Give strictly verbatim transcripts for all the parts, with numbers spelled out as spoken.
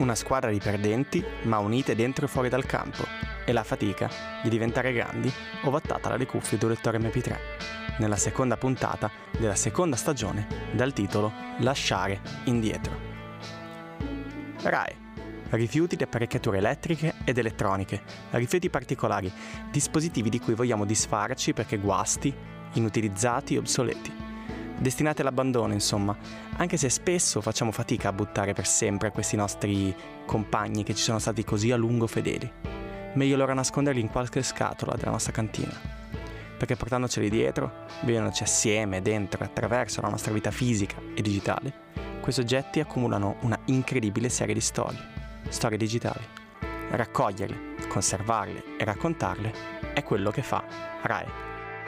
Una squadra di perdenti, ma unite dentro e fuori dal campo, e la fatica di diventare grandi ovattata dalle cuffie di un lettore emme pi tre, nella seconda puntata della seconda stagione dal titolo Lasciare indietro. R A E. Rifiuti di apparecchiature elettriche ed elettroniche, rifiuti particolari, dispositivi di cui vogliamo disfarci perché guasti, inutilizzati e obsoleti. Destinati all'abbandono, insomma, anche se spesso facciamo fatica a buttare per sempre questi nostri compagni che ci sono stati così a lungo fedeli. Meglio allora nasconderli in qualche scatola della nostra cantina, perché portandoceli dietro, vivendoci assieme, dentro e attraverso la nostra vita fisica e digitale, questi oggetti accumulano una incredibile serie di storie, storie digitali. Raccoglierle, conservarle e raccontarle è quello che fa R A E.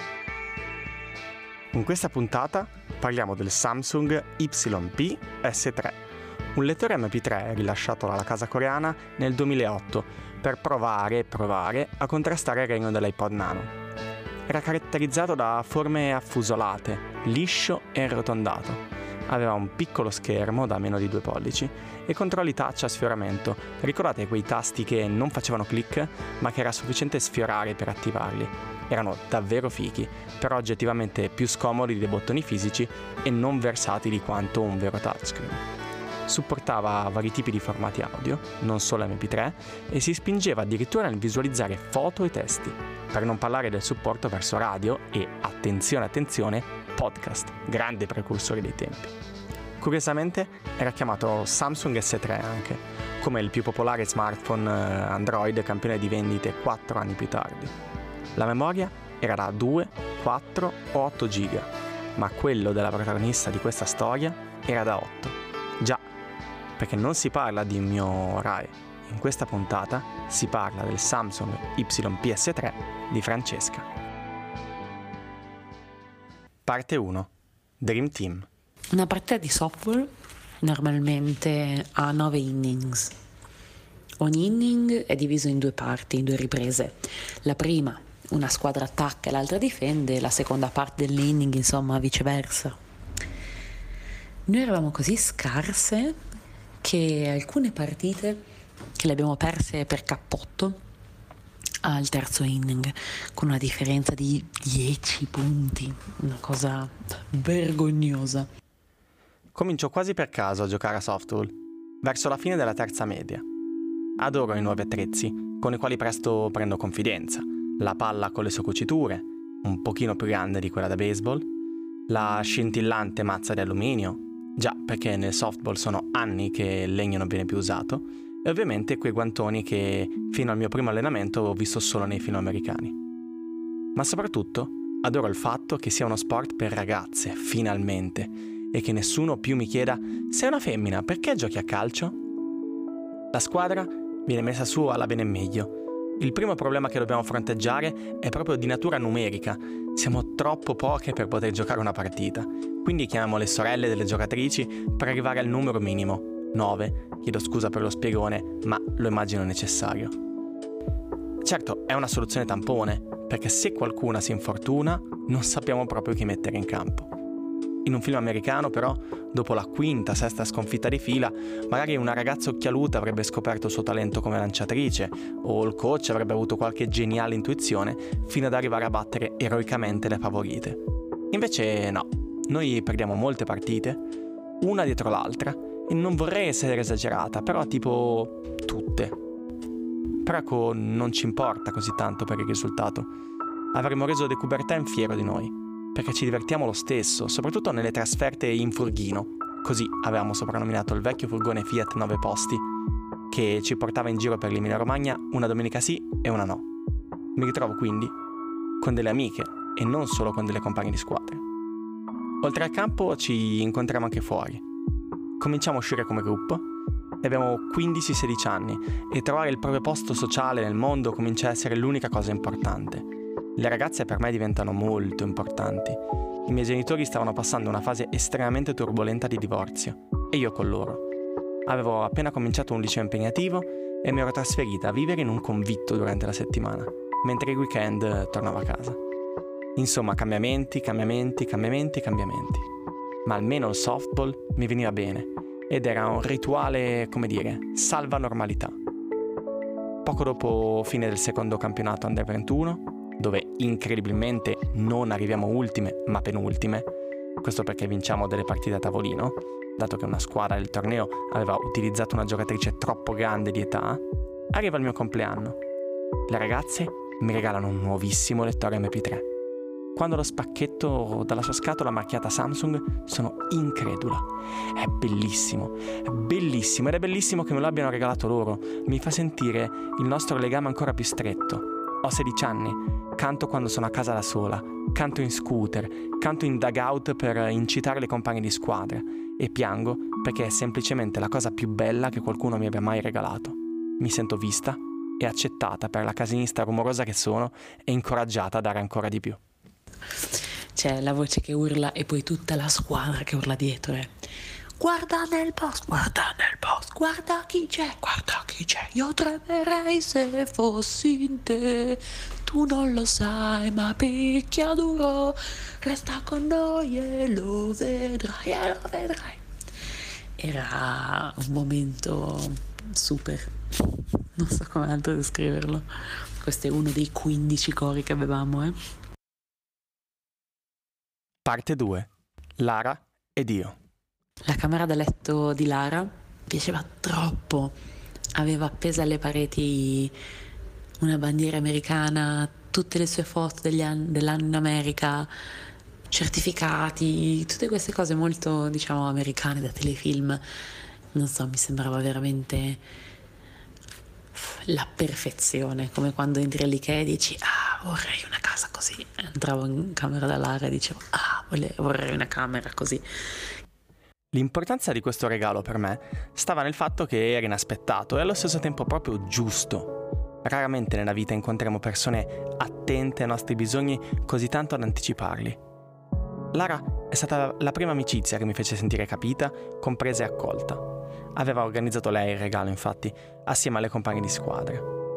In questa puntata parliamo del Samsung Y P S tre, un lettore emme pi tre rilasciato dalla casa coreana nel duemilaotto per provare e provare a contrastare il regno dell'iPod Nano. Era caratterizzato da forme affusolate, liscio e arrotondato. Aveva un piccolo schermo da meno di due pollici e controlli touch a sfioramento. Ricordate quei tasti che non facevano click, ma che era sufficiente sfiorare per attivarli? Erano davvero fichi, però oggettivamente più scomodi dei bottoni fisici e non versatili quanto un vero touchscreen. Supportava vari tipi di formati audio, non solo emme pi tre, e si spingeva addirittura nel visualizzare foto e testi, per non parlare del supporto verso radio e, attenzione attenzione, podcast, grande precursore dei tempi. Curiosamente era chiamato Samsung esse tre anche, come il più popolare smartphone Android campione di vendite quattro anni più tardi. La memoria era da due, quattro o otto giga, ma quello della protagonista di questa storia era da otto. Già, perché non si parla di un mio R A E, in questa puntata si parla del Samsung Y P S tre di Francesca. Parte uno. Dream Team. Una partita di softball normalmente ha nove innings. Ogni inning è diviso in due parti, in due riprese. La prima, una squadra attacca e l'altra difende, la seconda parte dell'inning, insomma, viceversa. Noi eravamo così scarse che alcune partite che le abbiamo perse per cappotto al terzo inning, con una differenza di dieci punti, una cosa vergognosa. Comincio quasi per caso a giocare a softball, verso la fine della terza media. Adoro i nuovi attrezzi, con i quali presto prendo confidenza. La palla con le sue cuciture, un pochino più grande di quella da baseball, la scintillante mazza di alluminio, già perché nel softball sono anni che il legno non viene più usato, e ovviamente quei guantoni che fino al mio primo allenamento ho visto solo nei film americani. Ma soprattutto adoro il fatto che sia uno sport per ragazze, finalmente, e che nessuno più mi chieda: sei una femmina, perché giochi a calcio? La squadra viene messa su alla bene e meglio. Il primo problema che dobbiamo fronteggiare è proprio di natura numerica. Siamo troppo poche per poter giocare una partita, quindi chiamiamo le sorelle delle giocatrici per arrivare al numero minimo. nove, chiedo scusa per lo spiegone, ma lo immagino necessario. Certo, è una soluzione tampone, perché se qualcuna si infortuna, non sappiamo proprio chi mettere in campo. In un film americano, però, dopo la quinta, sesta sconfitta di fila, magari una ragazza occhialuta avrebbe scoperto il suo talento come lanciatrice, o il coach avrebbe avuto qualche geniale intuizione fino ad arrivare a battere eroicamente le favorite. Invece no, noi perdiamo molte partite, una dietro l'altra, e non vorrei essere esagerata, però tipo tutte. Però ecco, non ci importa così tanto per il risultato. Avremmo reso De Coubertin fiero di noi, perché ci divertiamo lo stesso, soprattutto nelle trasferte in furghino. Così avevamo soprannominato il vecchio furgone Fiat nove posti, che ci portava in giro per l'Emilia Romagna una domenica sì e una no. Mi ritrovo quindi con delle amiche e non solo con delle compagne di squadra. Oltre al campo ci incontriamo anche fuori. Cominciamo a uscire come gruppo e abbiamo quindici sedici anni e trovare il proprio posto sociale nel mondo comincia a essere l'unica cosa importante. Le ragazze per me diventano molto importanti. I miei genitori stavano passando una fase estremamente turbolenta di divorzio e io con loro. Avevo appena cominciato un liceo impegnativo e mi ero trasferita a vivere in un convitto durante la settimana, mentre i weekend tornavo a casa. Insomma, cambiamenti, cambiamenti, cambiamenti, cambiamenti. Ma almeno il softball mi veniva bene ed era un rituale, come dire, salva normalità. Poco dopo fine del secondo campionato Under ventuno, dove incredibilmente non arriviamo ultime ma penultime, questo perché vinciamo delle partite a tavolino, dato che una squadra del torneo aveva utilizzato una giocatrice troppo grande di età, arriva il mio compleanno. Le ragazze mi regalano un nuovissimo lettore emme pi tre. Quando lo spacchetto dalla sua scatola marchiata Samsung, sono incredula. È bellissimo, è bellissimo ed è bellissimo che me lo abbiano regalato loro. Mi fa sentire il nostro legame ancora più stretto. Ho sedici anni, canto quando sono a casa da sola, canto in scooter, canto in dugout per incitare le compagne di squadra e piango perché è semplicemente la cosa più bella che qualcuno mi abbia mai regalato. Mi sento vista e accettata per la casinista rumorosa che sono e incoraggiata a dare ancora di più. C'è la voce che urla e poi tutta la squadra che urla dietro. Eh. Guarda nel post, guarda nel post, guarda chi c'è, guarda chi c'è. Io tremerei se fossi in te. Tu non lo sai, ma picchia duro. Resta con noi e lo vedrai, e lo vedrai. Era un momento super. Non so come altro descriverlo. Questo è uno dei quindici cori che avevamo, eh. Parte due. Lara ed io. La camera da letto di Lara mi piaceva troppo. Aveva appesa alle pareti una bandiera americana, tutte le sue foto degli anni, dell'anno in America, certificati, tutte queste cose molto, diciamo, americane da telefilm. Non so, mi sembrava veramente la perfezione, come quando entri all'Ikea e dici ah, vorrei una casa così. Entravo in camera da Lara e dicevo ah, vorrei una camera così. L'importanza di questo regalo per me stava nel fatto che era inaspettato e allo stesso tempo proprio giusto. Raramente nella vita incontriamo persone attente ai nostri bisogni così tanto ad anticiparli. Lara è stata la prima amicizia che mi fece sentire capita, compresa e accolta. Aveva organizzato lei il regalo, infatti, assieme alle compagne di squadra.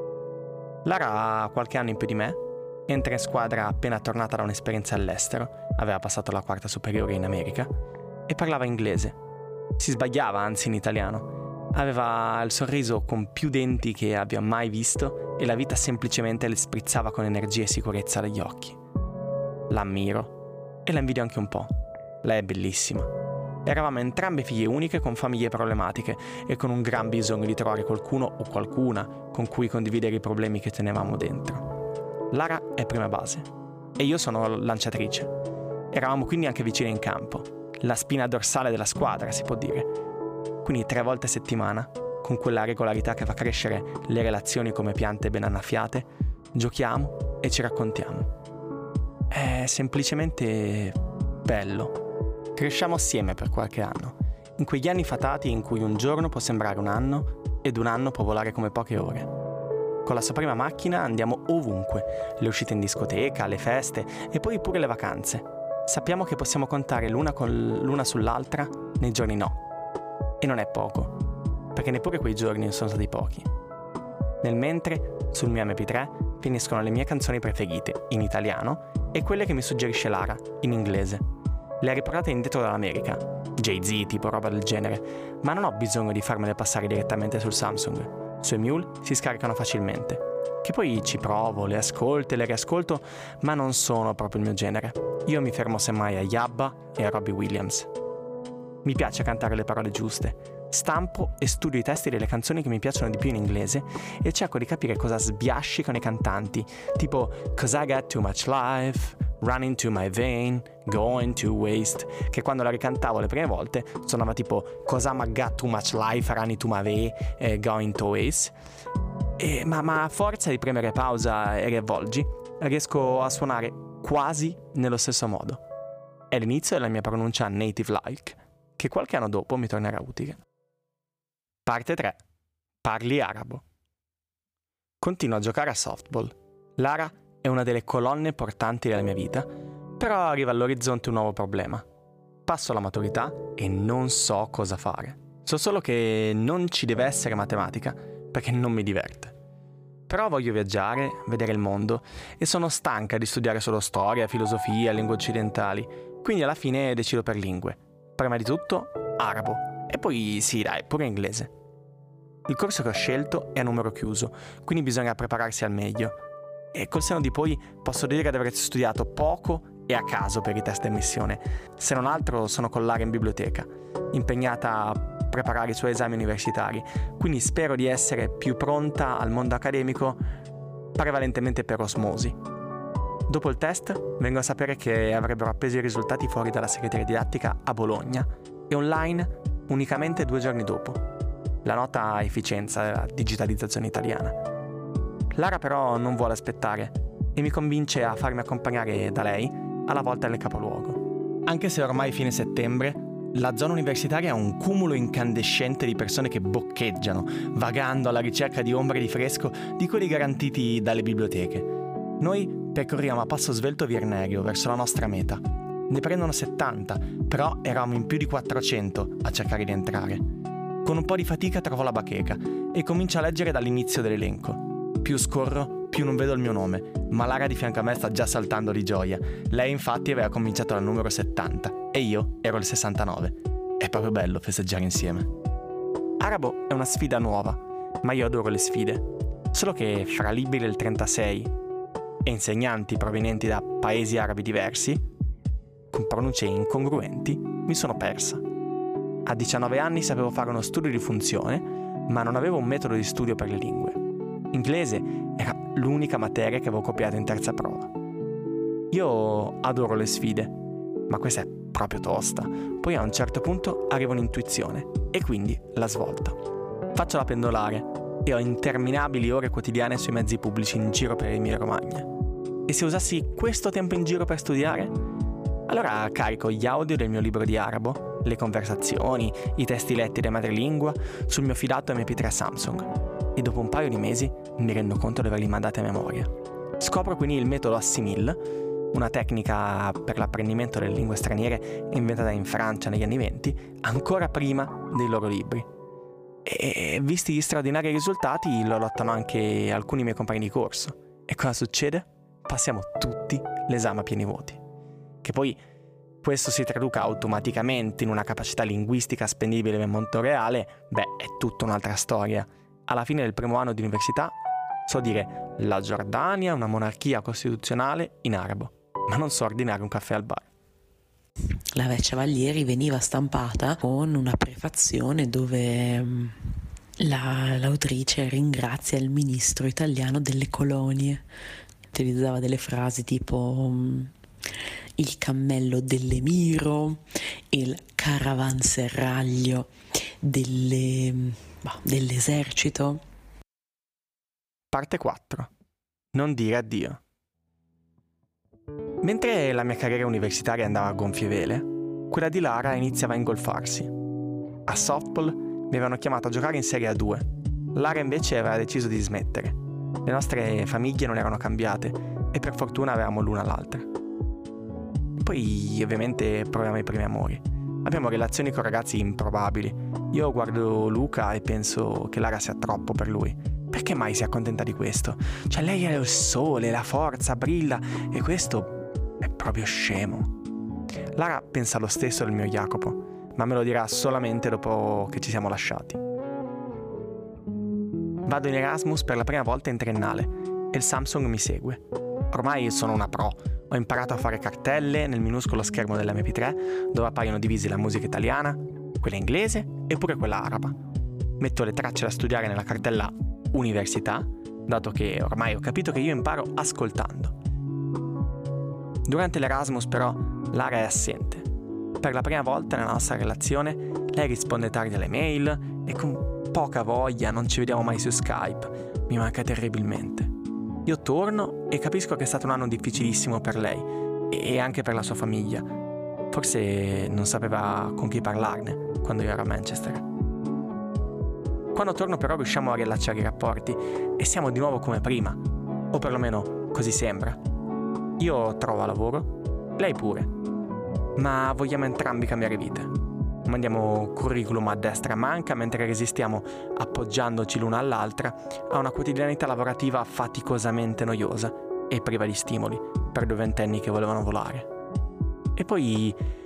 Lara ha qualche anno in più di me, entra in squadra appena tornata da un'esperienza all'estero, aveva passato la quarta superiore in America, e parlava inglese. Si sbagliava, anzi, in italiano. Aveva il sorriso con più denti che abbia mai visto e la vita semplicemente le sprizzava con energia e sicurezza dagli occhi. La ammiro e la invidio anche un po'. Lei è bellissima. Eravamo entrambe figlie uniche con famiglie problematiche e con un gran bisogno di trovare qualcuno o qualcuna con cui condividere i problemi che tenevamo dentro. Lara è prima base e io sono lanciatrice. Eravamo quindi anche vicine in campo. La spina dorsale della squadra, si può dire. Quindi tre volte a settimana, con quella regolarità che fa crescere le relazioni come piante ben annaffiate, giochiamo e ci raccontiamo. È semplicemente bello. Cresciamo assieme per qualche anno, in quegli anni fatati in cui un giorno può sembrare un anno ed un anno può volare come poche ore. Con la sua prima macchina andiamo ovunque, le uscite in discoteca, le feste e poi pure le vacanze. Sappiamo che possiamo contare l'una con l'una sull'altra nei giorni no. E non è poco, perché neppure quei giorni sono stati pochi. Nel mentre, sul mio emme pi tre, finiscono le mie canzoni preferite, in italiano, e quelle che mi suggerisce Lara, in inglese. Le ha riportate indietro dall'America, Jay-Z, tipo roba del genere, ma non ho bisogno di farmele passare direttamente sul Samsung. Sui Mule si scaricano facilmente. Che poi ci provo, le ascolto e le riascolto, ma non sono proprio il mio genere. Io mi fermo semmai a Yabba e a Robbie Williams. Mi piace cantare le parole giuste. Stampo e studio i testi delle canzoni che mi piacciono di più in inglese e cerco di capire cosa sbiascicano i cantanti, tipo "Cause I got too much life", "Running to my vein", "Going to waste", che quando la ricantavo le prime volte suonava tipo "Cause I got too much life", "Running to my vein", e "Going to waste". E, ma, ma a forza di premere pausa e riavvolgi, riesco a suonare quasi nello stesso modo. È l'inizio della mia pronuncia native-like, che qualche anno dopo mi tornerà utile. Parte tre. Parli arabo. Continuo a giocare a softball. Lara è una delle colonne portanti della mia vita, però arriva all'orizzonte un nuovo problema. Passo la maturità e non so cosa fare. So solo che non ci deve essere matematica, perché non mi diverte. Però voglio viaggiare, vedere il mondo e sono stanca di studiare solo storia, filosofia, lingue occidentali, quindi alla fine decido per lingue. Prima di tutto arabo E poi sì, dai, pure inglese. Il corso che ho scelto è a numero chiuso, quindi bisogna prepararsi al meglio. E col senno di poi posso dire di aver studiato poco e a caso per i test di ammissione. Se non altro sono con Lara in biblioteca, impegnata a preparare i suoi esami universitari, quindi spero di essere più pronta al mondo accademico prevalentemente per osmosi. Dopo il test vengo a sapere che avrebbero appeso i risultati fuori dalla segreteria didattica a Bologna e online unicamente due giorni dopo. La nota efficienza della digitalizzazione italiana. Lara però non vuole aspettare e mi convince a farmi accompagnare da lei alla volta nel capoluogo. Anche se ormai è fine settembre, la zona universitaria è un cumulo incandescente di persone che boccheggiano, vagando alla ricerca di ombre di fresco di quelli garantiti dalle biblioteche. Noi percorriamo a passo svelto via Irnerio verso la nostra meta. Ne prendono settanta, però eravamo in più di quattrocento a cercare di entrare. Con un po' di fatica trovo la bacheca e comincio a leggere dall'inizio dell'elenco. Più scorro, più non vedo il mio nome, ma Lara di fianco a me sta già saltando di gioia. Lei infatti aveva cominciato dal numero settanta e io ero il sessantanove. È proprio bello festeggiare insieme. Arabo è una sfida nuova, ma io adoro le sfide. Solo che fra libri del trentasei e insegnanti provenienti da paesi arabi diversi, con pronunce incongruenti, mi sono persa. A diciannove anni sapevo fare uno studio di funzione, ma non avevo un metodo di studio per le lingue. Inglese era l'unica materia che avevo copiato in terza prova. Io adoro le sfide, ma questa è proprio tosta. Poi a un certo punto arriva un'intuizione e quindi la svolta. Faccio la pendolare e ho interminabili ore quotidiane sui mezzi pubblici in giro per Emilia Romagna. E se usassi questo tempo in giro per studiare? Allora carico gli audio del mio libro di arabo, le conversazioni, i testi letti da madrelingua sul mio fidato emme pi tre Samsung e dopo un paio di mesi mi rendo conto di averli mandati a memoria. Scopro quindi il metodo Assimil, una tecnica per l'apprendimento delle lingue straniere inventata in Francia negli anni venti, ancora prima dei loro libri. E visti gli straordinari risultati lo lottano anche alcuni miei compagni di corso. E cosa succede? Passiamo tutti l'esame a pieni voti. Che poi questo si traduca automaticamente in una capacità linguistica spendibile nel mondo reale, beh, è tutta un'altra storia. Alla fine del primo anno di università so dire la Giordania è una monarchia costituzionale in arabo, ma non so ordinare un caffè al bar. La Vecchia Vallieri veniva stampata con una prefazione dove la, l'autrice ringrazia il ministro italiano delle colonie. Utilizzava delle frasi tipo il cammello dell'emiro, il caravanserraglio delle, bah, dell'esercito. Parte quattro. Non dire addio. Mentre la mia carriera universitaria andava a gonfie vele, quella di Lara iniziava a ingolfarsi. A softball mi avevano chiamato a giocare in Serie A due. Lara invece aveva deciso di smettere. Le nostre famiglie non erano cambiate e per fortuna avevamo l'una l'altra. Poi ovviamente proviamo i primi amori. Abbiamo relazioni con ragazzi improbabili. Io guardo Luca e penso che Lara sia troppo per lui. Perché mai si accontenta di questo? Cioè lei è il sole, la forza, brilla e questo è proprio scemo. Lara pensa lo stesso del mio Jacopo, ma me lo dirà solamente dopo che ci siamo lasciati. Vado in Erasmus per la prima volta in triennale e il Samsung mi segue. Ormai sono una pro. Ho imparato a fare cartelle nel minuscolo schermo dell'emme pi tre dove appaiono divisi la musica italiana, quella inglese e pure quella araba. Metto le tracce da studiare nella cartella università, dato che ormai ho capito che io imparo ascoltando. Durante l'Erasmus però Lara è assente. Per la prima volta nella nostra relazione lei risponde tardi alle mail e con poca voglia, non ci vediamo mai su Skype. Mi manca terribilmente. Io torno e capisco che è stato un anno difficilissimo per lei e anche per la sua famiglia. Forse non sapeva con chi parlarne quando io ero a Manchester. Quando torno però riusciamo a riallacciare i rapporti e siamo di nuovo come prima, o perlomeno così sembra. Io trovo lavoro, lei pure, ma vogliamo entrambi cambiare vite. Mandiamo curriculum a destra e manca mentre resistiamo appoggiandoci l'una all'altra a una quotidianità lavorativa faticosamente noiosa e priva di stimoli per due ventenni che volevano volare. E poi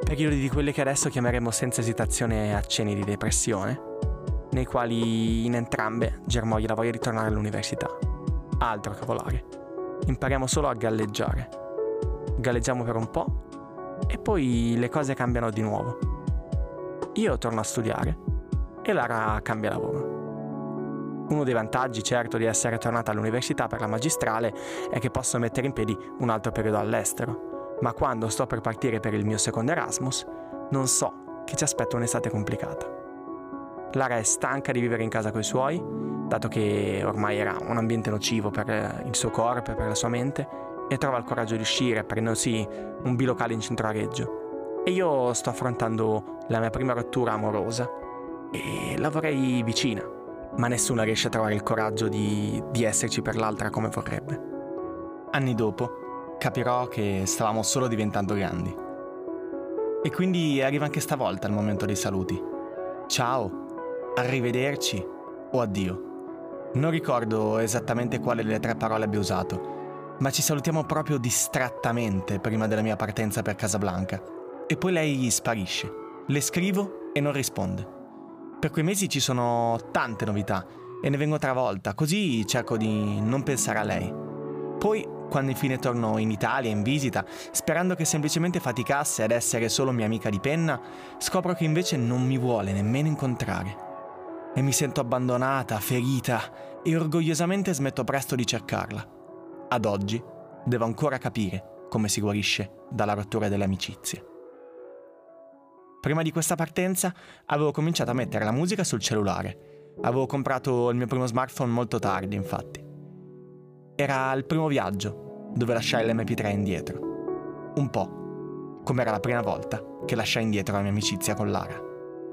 Periodi di quelli che adesso chiameremo senza esitazione accenni di depressione, nei quali in entrambe germoglia la voglia di tornare all'università. Altro che volare. Impariamo solo a galleggiare. Galleggiamo per un po' e poi le cose cambiano di nuovo. Io torno a studiare e Lara cambia lavoro. Uno dei vantaggi, certo, di essere tornata all'università per la magistrale è che posso mettere in piedi un altro periodo all'estero, ma quando sto per partire per il mio secondo Erasmus, non so che ci aspetta un'estate complicata. Lara è stanca di vivere in casa coi suoi, dato che ormai era un ambiente nocivo per il suo corpo e per la sua mente, e trova il coraggio di uscire a prendersi un bilocale in centro a Reggio. E io sto affrontando la mia prima rottura amorosa e la vorrei vicina, ma nessuna riesce a trovare il coraggio di, di esserci per l'altra come vorrebbe. Anni dopo capirò che stavamo solo diventando grandi. E quindi arriva anche stavolta il momento dei saluti. Ciao, arrivederci o addio. Non ricordo esattamente quale delle tre parole abbia usato, ma ci salutiamo proprio distrattamente prima della mia partenza per Casablanca. E poi lei sparisce. Le scrivo e non risponde. Per quei mesi ci sono tante novità e ne vengo travolta, così cerco di non pensare a lei. Poi, quando infine torno in Italia in visita, sperando che semplicemente faticasse ad essere solo mia amica di penna, scopro che invece non mi vuole nemmeno incontrare. E mi sento abbandonata, ferita e orgogliosamente smetto presto di cercarla. Ad oggi devo ancora capire come si guarisce dalla rottura delle amicizie. Prima di questa partenza avevo cominciato a mettere la musica sul cellulare. Avevo comprato il mio primo smartphone molto tardi, infatti. Era il primo viaggio dove lasciai l'emme pi tre indietro. Un po' come era la prima volta che lasciai indietro la mia amicizia con Lara.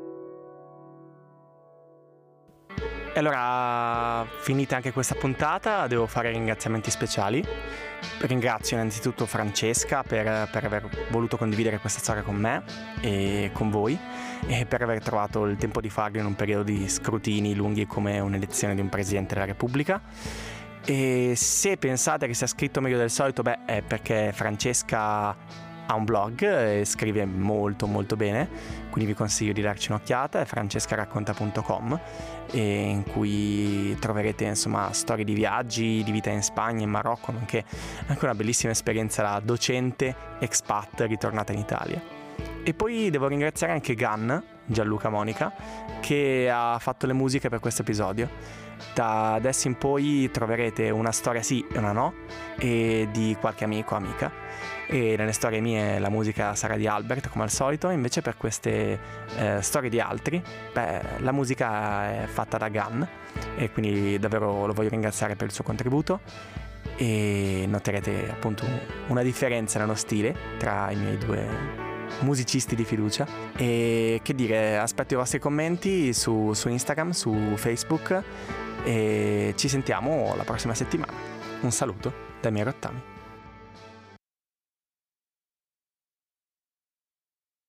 E allora, finita anche questa puntata, devo fare ringraziamenti speciali. Ringrazio innanzitutto Francesca per, per aver voluto condividere questa storia con me e con voi e per aver trovato il tempo di farlo in un periodo di scrutini lunghi come un'elezione di un Presidente della Repubblica. E se pensate che sia scritto meglio del solito, beh, è perché Francesca ha un blog e scrive molto molto bene, quindi vi consiglio di darci un'occhiata, è francescaracconta punto com, e in cui troverete insomma storie di viaggi, di vita in Spagna, in Marocco, nonché anche una bellissima esperienza da docente expat ritornata in Italia. E poi devo ringraziare anche Gan, Gianluca Monica, che ha fatto le musiche per questo episodio. Da adesso in poi troverete una storia sì e una no, e di qualche amico o amica. E nelle storie mie la musica sarà di Albert come al solito, invece per queste eh, storie di altri, beh, la musica è fatta da Gan e quindi davvero lo voglio ringraziare per il suo contributo e noterete appunto una differenza nello stile tra i miei due musicisti di fiducia. E che dire, aspetto i vostri commenti su, su Instagram, su Facebook e ci sentiamo la prossima settimana. Un saluto dai miei rottami.